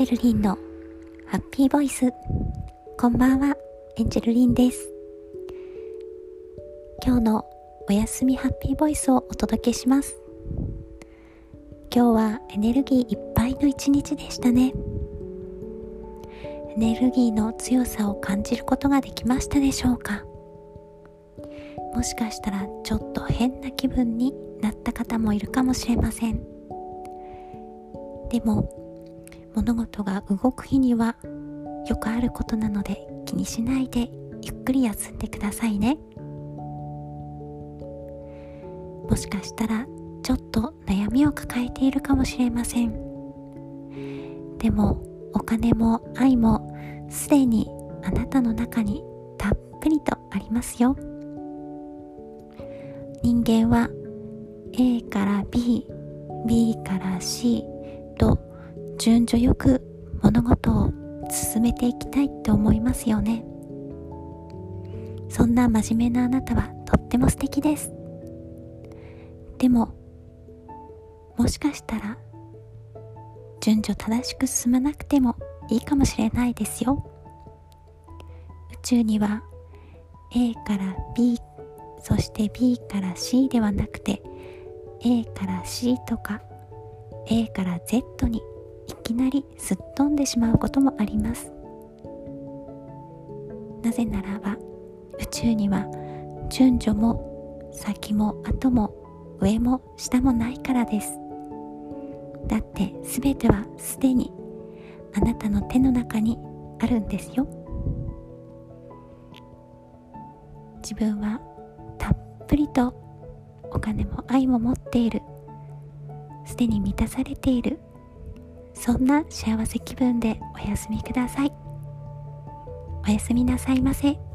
ジェルリンのハッピーボイス。こんばんは、エンジェルリンです。今日のおやすみハッピーボイスをお届けします。今日はエネルギーいっぱいの一日でしたね。エネルギーの強さを感じることができましたでしょうか？もしかしたらちょっと変な気分になった方もいるかもしれません。でも物事が動く日にはよくあることなので、気にしないでゆっくり休んでくださいね。もしかしたらちょっと悩みを抱えているかもしれません。でもお金も愛もすでにあなたの中にたっぷりとありますよ。人間は A から B、B から C と順序よく物事を進めていきたいって思いますよね。そんな真面目なあなたはとっても素敵です。でももしかしたら順序正しく進まなくてもいいかもしれないですよ。宇宙には A から B、 そして B から C ではなくて A から C とか A から Z にいきなりすっ飛んでしまうこともあります。なぜならば宇宙には順序も先も後も上も下もないからです。だってすべてはすでにあなたの手の中にあるんですよ。自分はたっぷりとお金も愛も持っている、すでに満たされている、そんな幸せ気分でお休みください。おやすみなさいませ。